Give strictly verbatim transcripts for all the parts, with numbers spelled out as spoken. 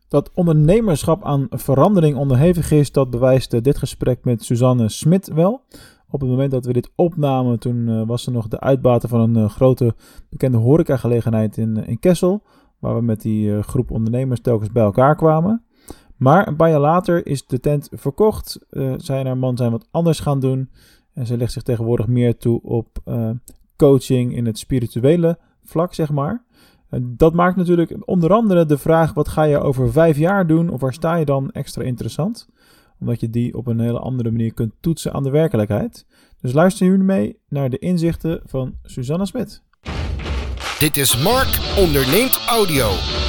Dat ondernemerschap aan verandering onderhevig is, dat bewijst dit gesprek met Suzanne Smit wel. Op het moment dat we dit opnamen, toen uh, was ze nog de uitbater van een uh, grote bekende horecagelegenheid in, uh, in Kessel, waar we met die uh, groep ondernemers telkens bij elkaar kwamen. Maar een paar jaar later is de tent verkocht. Uh, zij en haar man zijn wat anders gaan doen. En ze legt zich tegenwoordig meer toe op uh, coaching in het spirituele vlak, zeg maar. Uh, dat maakt natuurlijk onder andere de vraag, wat ga je over vijf jaar doen? Of waar sta je dan, extra interessant? Omdat je die op een hele andere manier kunt toetsen aan de werkelijkheid. Dus luister jullie mee naar de inzichten van Suzanne Smit. Dit is Mark Onderneemt Audio.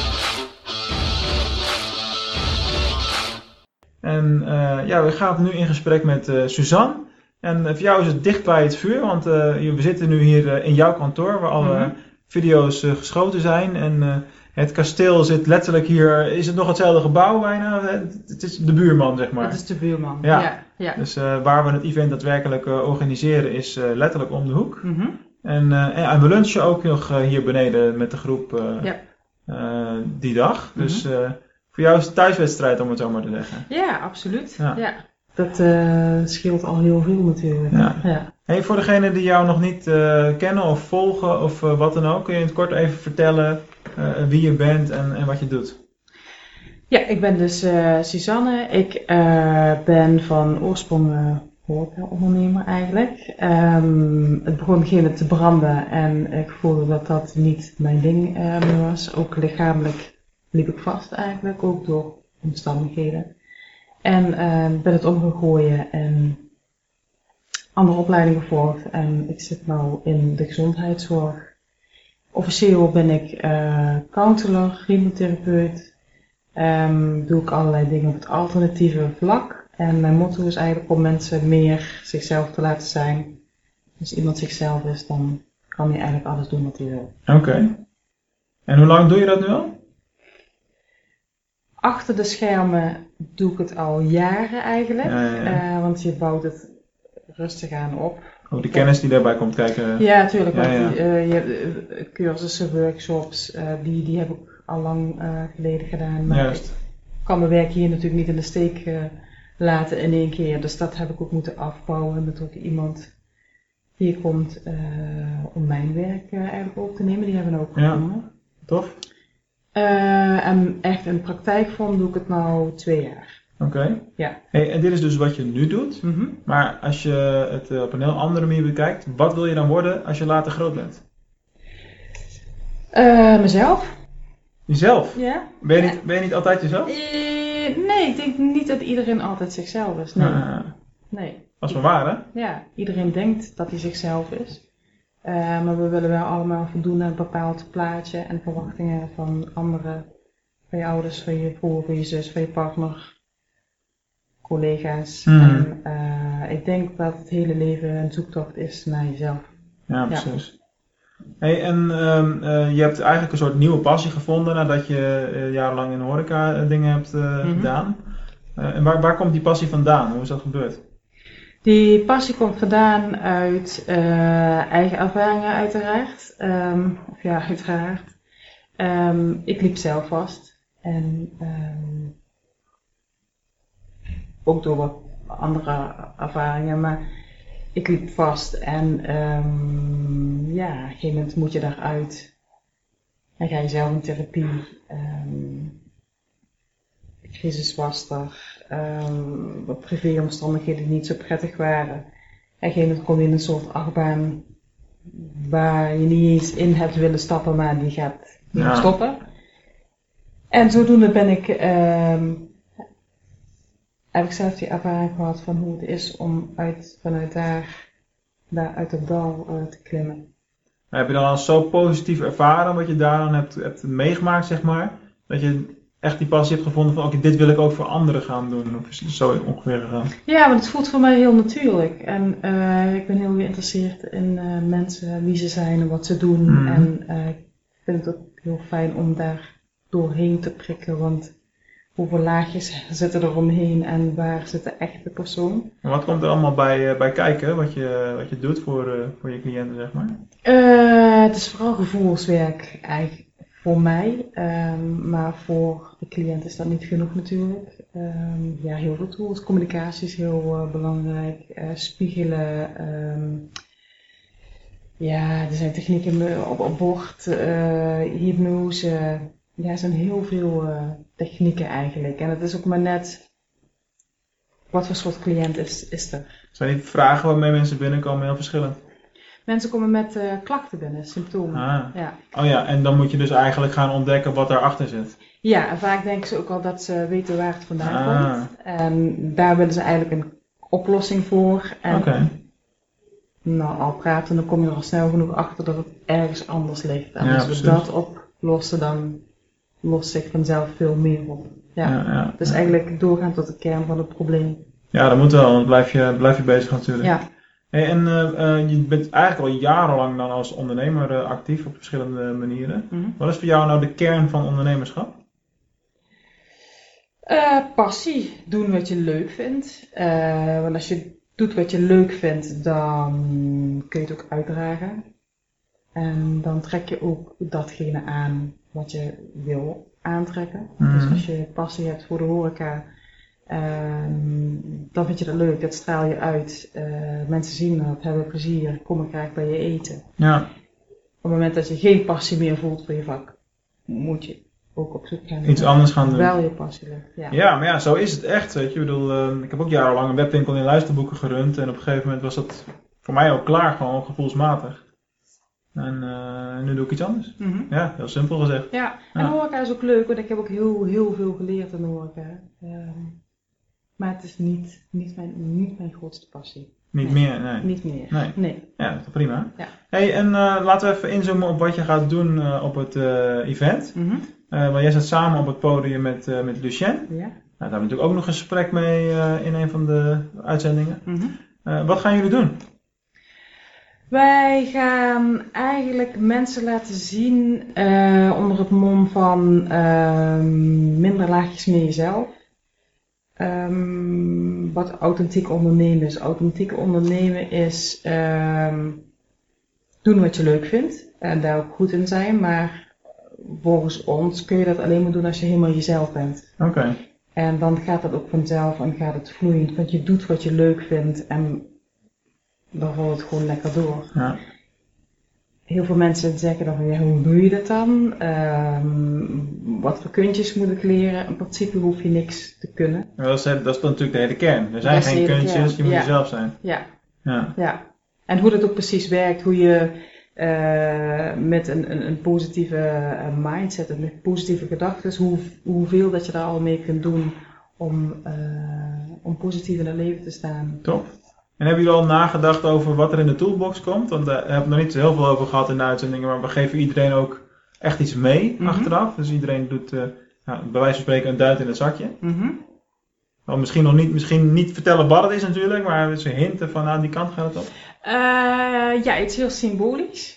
En uh, ja, we gaan nu in gesprek met uh, Suzanne. En uh, voor jou is het dicht bij het vuur, want uh, we zitten nu hier uh, in jouw kantoor, waar alle mm-hmm. video's uh, geschoten zijn. En uh, het kasteel zit letterlijk hier, is het nog hetzelfde gebouw bijna? Het is de buurman, zeg maar. Het is de buurman, ja. ja. ja. Dus uh, waar we het event daadwerkelijk uh, organiseren is uh, letterlijk om de hoek. Mm-hmm. En, uh, en we lunchen ook nog uh, hier beneden met de groep uh, ja. uh, die dag. Mm-hmm. Dus uh, voor jou is het thuiswedstrijd, om het zo maar te zeggen. Ja, absoluut. Ja. Ja. Dat uh, scheelt al heel veel natuurlijk. Ja. Ja. Hey, voor degenen die jou nog niet uh, kennen of volgen of uh, wat dan ook, kun je in het kort even vertellen uh, wie je bent en, en wat je doet? Ja, ik ben dus uh, Suzanne. Ik uh, ben van oorsprong uh, horeca-ondernemer eigenlijk. Um, het begon op een gegeven moment te branden en ik voelde dat dat niet mijn ding uh, meer was. Ook lichamelijk liep ik vast eigenlijk, ook door omstandigheden. En uh, ben het omgegooien en andere opleidingen gevolgd en ik zit nu in de gezondheidszorg. Officieel ben ik uh, counselor, hypnotherapeut. Um, doe ik allerlei dingen op het alternatieve vlak. En mijn motto is eigenlijk om mensen meer zichzelf te laten zijn. Als iemand zichzelf is, dan kan hij eigenlijk alles doen wat hij wil. Oké. Okay. En hoe lang doe je dat nu al? Achter de schermen doe ik het al jaren eigenlijk. Ja, ja, ja. Uh, want je bouwt het rustig aan op. Ook de kennis die daarbij komt kijken. Ja, natuurlijk. Ja, ja. Uh, je hebt uh, cursussen, workshops, uh, die, die heb ik al lang uh, geleden gedaan. Maar Juist. ik kan mijn werk hier natuurlijk niet in de steek uh, laten in één keer. Dus dat heb ik ook moeten afbouwen. Dat ook iemand hier komt uh, om mijn werk uh, eigenlijk op te nemen. Die hebben we ook gevonden. Ja, tof. Uh, en echt in praktijkvorm doe ik het nu twee jaar. Oké. Okay. Ja. Hey, en dit is dus wat je nu doet. Mm-hmm. Maar als je het uh, op een heel andere manier bekijkt, wat wil je dan worden als je later groot bent? Uh, mezelf. Jezelf? Ja. Ben je niet, ben je niet altijd jezelf? Uh, nee, ik denk niet dat iedereen altijd zichzelf is. Nee. Uh, nee. Dat is wel waar, hè? Ja, iedereen denkt dat hij zichzelf is. Uh, maar we willen wel allemaal voldoen aan een bepaald plaatje en verwachtingen van anderen. Van je ouders, van je broer, van je zus, van je partner, collega's. Mm. En uh, ik denk dat het hele leven een zoektocht is naar jezelf. Ja, precies. Ja. Hey, en um, uh, je hebt eigenlijk een soort nieuwe passie gevonden nadat je uh, jarenlang in de horeca uh, dingen hebt uh, mm-hmm. gedaan. Uh, en waar, waar komt die passie vandaan? Hoe is dat gebeurd? Die passie komt vandaan uit uh, eigen ervaringen uiteraard. Um, of ja, uiteraard. Um, ik liep zelf vast. En um, ook door wat andere ervaringen, maar ik liep vast en um, ja, op een gegeven moment moet je daaruit. En ga je zelf in therapie. Um, de crisis was er. Um, wat privéomstandigheden die niet zo prettig waren. En op een gegeven moment kom je in een soort achtbaan waar je niet eens in hebt willen stappen, maar die gaat niet ja. stoppen. En zodoende ben ik, um, heb ik zelf die ervaring gehad van hoe het is om uit, vanuit daar, daar uit het dal uh, te klimmen. Heb je dan al zo positief ervaren wat je daar dan hebt, hebt meegemaakt, zeg maar? Dat je echt die passie hebt gevonden van oké, okay, dit wil ik ook voor anderen gaan doen? Of is het zo ongeveer gegaan? Ja, want het voelt voor mij heel natuurlijk. En uh, ik ben heel geïnteresseerd in uh, mensen, wie ze zijn en wat ze doen. Mm. En uh, ik vind het ook heel fijn om daar doorheen te prikken, want hoeveel laagjes zitten er omheen en waar zit de echte persoon? En wat komt er allemaal bij, uh, bij kijken, wat je, wat je doet voor, uh, voor je cliënten, zeg maar? Uh, het is vooral gevoelswerk eigenlijk voor mij, um, maar voor de cliënt is dat niet genoeg natuurlijk. Um, ja, heel veel tools. Communicatie is heel uh, belangrijk. Uh, spiegelen. Um, ja, er zijn technieken op, op bord. Uh, hypnose. Ja, er zijn heel veel uh, technieken eigenlijk. En het is ook maar net wat voor soort cliënt is, is er. Zijn die vragen waarmee mensen binnenkomen heel verschillend? Mensen komen met uh, klachten binnen, symptomen. Ah. Ja. Oh ja, en dan moet je dus eigenlijk gaan ontdekken wat daarachter zit. Ja, en vaak denken ze ook al dat ze weten waar het vandaan Ah. komt. En daar willen ze eigenlijk een oplossing voor. Oké. Okay. Nou, al praten, dan kom je er al snel genoeg achter dat het ergens anders ligt. En ja, als precies. we dat oplossen, dan lost zich vanzelf veel meer op. Ja. Ja, ja, dus ja. eigenlijk doorgaan tot de kern van het probleem. Ja, dat moet wel, want blijf je, blijf je bezig natuurlijk. Ja. Hey, en uh, uh, je bent eigenlijk al jarenlang dan als ondernemer uh, actief op verschillende manieren. Mm-hmm. Wat is voor jou nou de kern van ondernemerschap? Uh, passie. Doen wat je leuk vindt. Uh, want als je doet wat je leuk vindt, dan kun je het ook uitdragen. En dan trek je ook datgene aan wat je wil aantrekken. Mm-hmm. Dus als je passie hebt voor de horeca, um, dan vind je dat leuk. Dat straal je uit. Uh, mensen zien dat, hebben plezier, komen graag bij je eten. Ja. Op het moment dat je geen passie meer voelt voor je vak, moet je ook op zoek gaan. Iets anders gaan doen. Wel je passie ligt. Ja. ja, maar ja, zo is het echt. Weet je. Ik bedoel, uh, ik heb ook jarenlang een webwinkel in luisterboeken gerund. En op een gegeven moment was dat voor mij ook klaar, gewoon gevoelsmatig. En uh, nu doe ik iets anders. Mm-hmm. Ja, heel simpel gezegd. Ja, en ja. horeca is ook leuk, want ik heb ook heel, heel veel geleerd in de horeca. Um, maar het is niet, niet, mijn, niet mijn grootste passie. Niet nee. meer, nee. Niet meer, nee. nee. Ja, dat is prima. Ja. Hey, en uh, laten we even inzoomen op wat je gaat doen uh, op het uh, event. Mm-hmm. Uh, want jij zit samen op het podium met, uh, met Lucien. Ja. Nou, daar hebben we natuurlijk ook nog een gesprek mee uh, in een van de uitzendingen. Mm-hmm. Uh, wat gaan jullie doen? Wij gaan eigenlijk mensen laten zien uh, onder het mom van uh, minder laagjes meer jezelf. Um, wat authentiek ondernemen is. Authentiek ondernemen is um, doen wat je leuk vindt en daar ook goed in zijn, maar volgens ons kun je dat alleen maar doen als je helemaal jezelf bent. Oké. Okay. En dan gaat dat ook vanzelf en gaat het vloeiend, want je doet wat je leuk vindt en dan rolt het gewoon lekker door. Ja. Heel veel mensen zeggen dan van, ja, hoe doe je dat dan? Um, wat voor kunstjes moet ik leren? In principe hoef je niks te kunnen. Ja, dat, is, dat is natuurlijk de hele kern. Er zijn geen kunstjes, kern. Je moet ja. jezelf zijn. Ja. Ja. ja. En hoe dat ook precies werkt, hoe je uh, met een, een, een positieve uh, mindset, een positieve gedachten, hoe, hoeveel dat je daar al mee kunt doen om, uh, om positief in het leven te staan. Top. En hebben jullie al nagedacht over wat er in de toolbox komt? Want daar hebben we nog niet zo heel veel over gehad in de uitzendingen, maar we geven iedereen ook echt iets mee mm-hmm. achteraf. Dus iedereen doet uh, nou, bij wijze van spreken een duit in het zakje. Mm-hmm. Wel, misschien nog niet, misschien niet vertellen wat het is natuurlijk, maar ze hinten van aan die kant gaat het op. Uh, ja, iets heel symbolisch.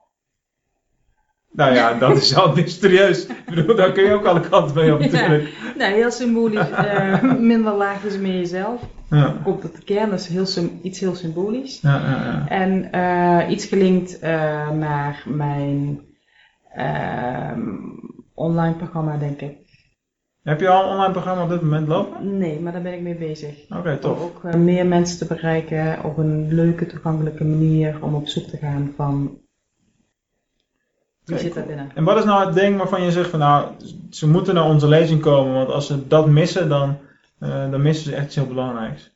Nou ja, dat is al mysterieus. Ik bedoel, daar kun je ook alle kanten mee op natuurlijk. Ja, nee, heel symbolisch. Uh, minder laag is meer jezelf. Ja. Komt het de kern, dat is heel sim- iets heel symbolisch. Ja, ja, ja. En uh, iets gelinkt uh, naar mijn uh, online programma, denk ik. Heb je al een online programma op dit moment lopen? Nee, maar daar ben ik mee bezig. Oké, okay, tof. Om ook uh, meer mensen te bereiken op een leuke, toegankelijke manier om op zoek te gaan van wie zit daar binnen. En wat is nou het ding waarvan je zegt van nou, ze moeten naar onze lezing komen, want als ze dat missen, dan, uh, dan missen ze echt iets heel belangrijks.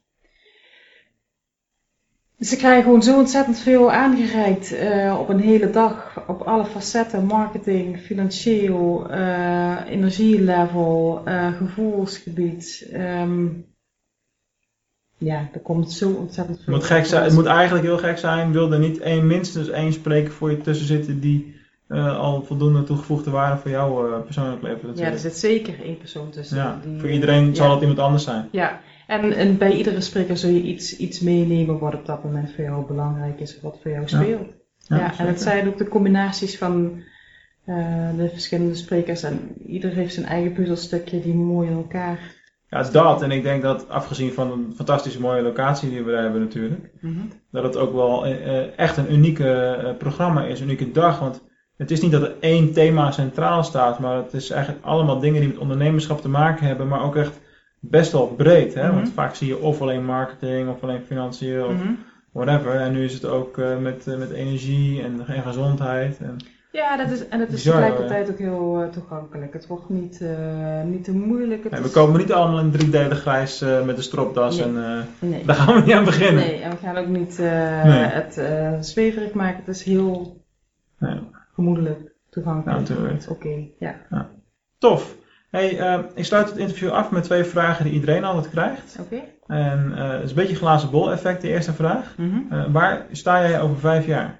Ze krijgen gewoon zo ontzettend veel aangereikt uh, op een hele dag, op alle facetten, marketing, financieel, uh, energielevel, uh, gevoelsgebied. Um, ja, er komt zo ontzettend veel. Het moet, gek zijn, het moet eigenlijk heel gek zijn, wil er niet één, minstens één spreker voor je tussen zitten die uh, al voldoende toegevoegde waarde voor jou uh, persoonlijk levert. Ja, er zit zeker één persoon tussen. Ja, die, voor iedereen ja. zal het iemand anders zijn. Ja. En, en bij iedere spreker zul je iets, iets meenemen wat op dat moment voor jou belangrijk is, of wat voor jou speelt. Ja, ja, ja en het zijn ook de combinaties van uh, de verschillende sprekers en ieder heeft zijn eigen puzzelstukje die mooi in elkaar. Ja, het is dat. En ik denk dat afgezien van een fantastische mooie locatie die we daar hebben natuurlijk, mm-hmm. dat het ook wel uh, echt een unieke uh, programma is, een unieke dag. Want het is niet dat er één thema centraal staat, maar het is eigenlijk allemaal dingen die met ondernemerschap te maken hebben, maar ook echt best wel breed. Hè? Mm-hmm. Want vaak zie je of alleen marketing, of alleen financieel, of mm-hmm. whatever. En nu is het ook uh, met, uh, met energie en, en gezondheid. En ja, dat is, en het is bizar, tegelijkertijd ook heel uh, toegankelijk. Het wordt niet, uh, niet te moeilijk. Het nee, is... We komen niet allemaal in drie delen grijs uh, met de stropdas nee. en uh, nee. daar gaan we niet aan beginnen. Nee, en we gaan ook niet uh, nee. het uh, zweverig maken. Het is heel nee. gemoedelijk, toegankelijk. Nou, Oké, okay, ja. ja. Tof. Hey, uh, ik sluit het interview af met twee vragen die iedereen altijd krijgt. Oké. Okay. En uh, het is een beetje glazen bol effect, de eerste vraag. Mm-hmm. Uh, waar sta jij over vijf jaar?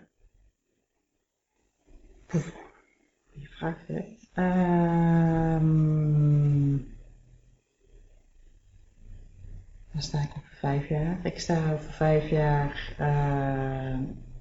Goeie vraag, hè? Um, waar sta ik over vijf jaar? Ik sta over vijf jaar... Uh...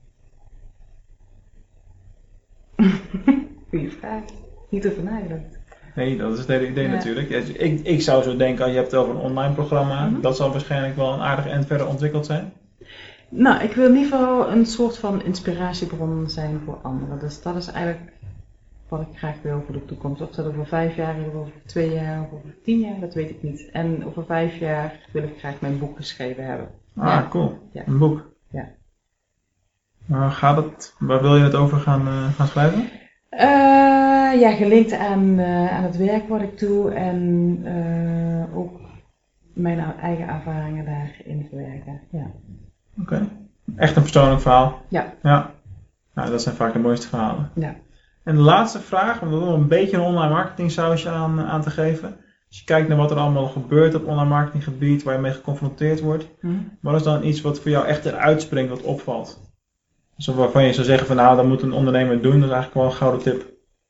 Goeie vraag. Niet over nagedacht. Nee, dat is het hele idee ja. natuurlijk. Ik, ik zou zo denken, als je hebt het over een online programma, mm-hmm. dat zal waarschijnlijk wel een aardig eind verder ontwikkeld zijn. Nou, ik wil in ieder geval een soort van inspiratiebron zijn voor anderen. Dus dat is eigenlijk wat ik graag wil voor de toekomst. Of dat over vijf jaar is, of over twee jaar, of over tien jaar, dat weet ik niet. En over vijf jaar wil ik graag mijn boek geschreven hebben. Ah, ja. cool. Ja. Een boek. Ja. Maar gaat het, waar wil je het over gaan, uh, gaan schrijven? Uh, ja, gelinkt aan, uh, aan het werk wat ik doe en uh, ook mijn eigen ervaringen daarin verwerken. Ja. Oké. Okay. Echt een persoonlijk verhaal. Ja. Ja. Nou, dat zijn vaak de mooiste verhalen. Ja. En de laatste vraag, om er nog een beetje een online marketing sausje aan, aan te geven. Als je kijkt naar wat er allemaal gebeurt op online marketinggebied, waar je mee geconfronteerd wordt. Mm-hmm. Wat is dan iets wat voor jou echt eruit springt, wat opvalt? Dus waarvan je zou zeggen van nou, dat moet een ondernemer doen, dat is eigenlijk wel een gouden tip.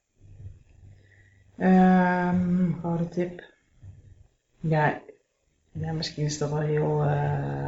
Um, gouden tip. Ja, ja, misschien is dat wel heel uh,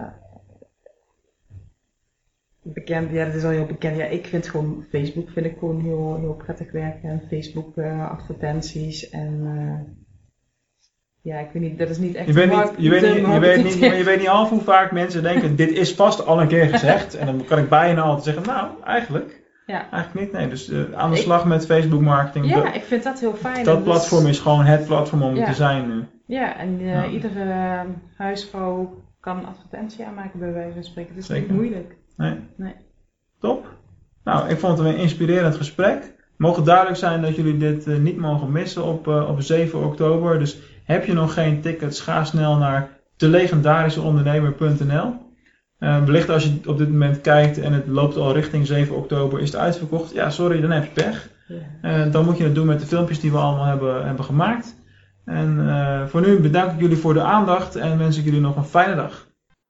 bekend. Ja, dat is al heel bekend. Ja, ik vind gewoon Facebook vind ik gewoon heel, heel prettig werken. En Facebook uh, advertenties en uh, ja, ik weet niet, dat is niet echt. Je weet niet, je weet niet, je weet niet, maar je weet niet half hoe vaak mensen denken, dit is vast al een keer gezegd. En dan kan ik bijna altijd zeggen, nou, eigenlijk. Ja. Eigenlijk niet, nee. Dus uh, aan de slag ik, met Facebook marketing. Ja, dat, ik vind dat heel fijn. Dat platform dus, is gewoon het platform om ja. te zijn nu. Ja, en uh, ja. iedere uh, huisvrouw kan een advertentie aanmaken bij wijze van spreken. Het is Zeker. niet moeilijk. Nee. nee. Top. Nou, ik vond het een inspirerend gesprek. Het mogen duidelijk zijn dat jullie dit uh, niet mogen missen op, uh, op zeven oktober. Dus heb je nog geen tickets, ga snel naar de legendarische ondernemer punt n l. Uh, wellicht als je op dit moment kijkt en het loopt al richting zeven oktober, is het uitverkocht. Ja, sorry, dan heb je pech. Uh, dan moet je het doen met de filmpjes die we allemaal hebben, hebben gemaakt. En uh, voor nu bedank ik jullie voor de aandacht en wens ik jullie nog een fijne dag.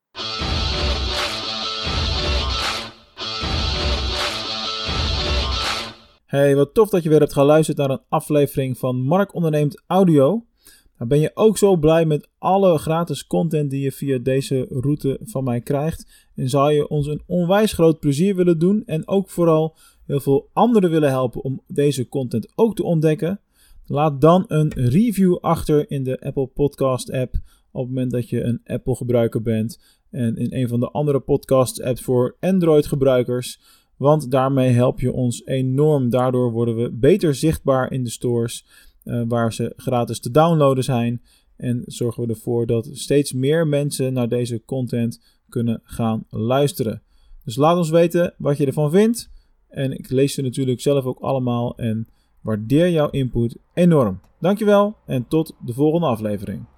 Hey, wat tof dat je weer hebt geluisterd naar een aflevering van Mark Onderneemt Audio. Nou, ben je ook zo blij met alle gratis content die je via deze route van mij krijgt? En zou je ons een onwijs groot plezier willen doen en ook vooral heel veel anderen willen helpen om deze content ook te ontdekken? Laat dan een review achter in de Apple Podcast app op het moment dat je een Apple gebruiker bent en in een van de andere podcast apps voor Android gebruikers. Want daarmee help je ons enorm. Daardoor worden we beter zichtbaar in de stores uh, waar ze gratis te downloaden zijn. En zorgen we ervoor dat steeds meer mensen naar deze content kunnen gaan luisteren. Dus laat ons weten wat je ervan vindt. En ik lees ze natuurlijk zelf ook allemaal en waardeer jouw input enorm. Dankjewel en tot de volgende aflevering.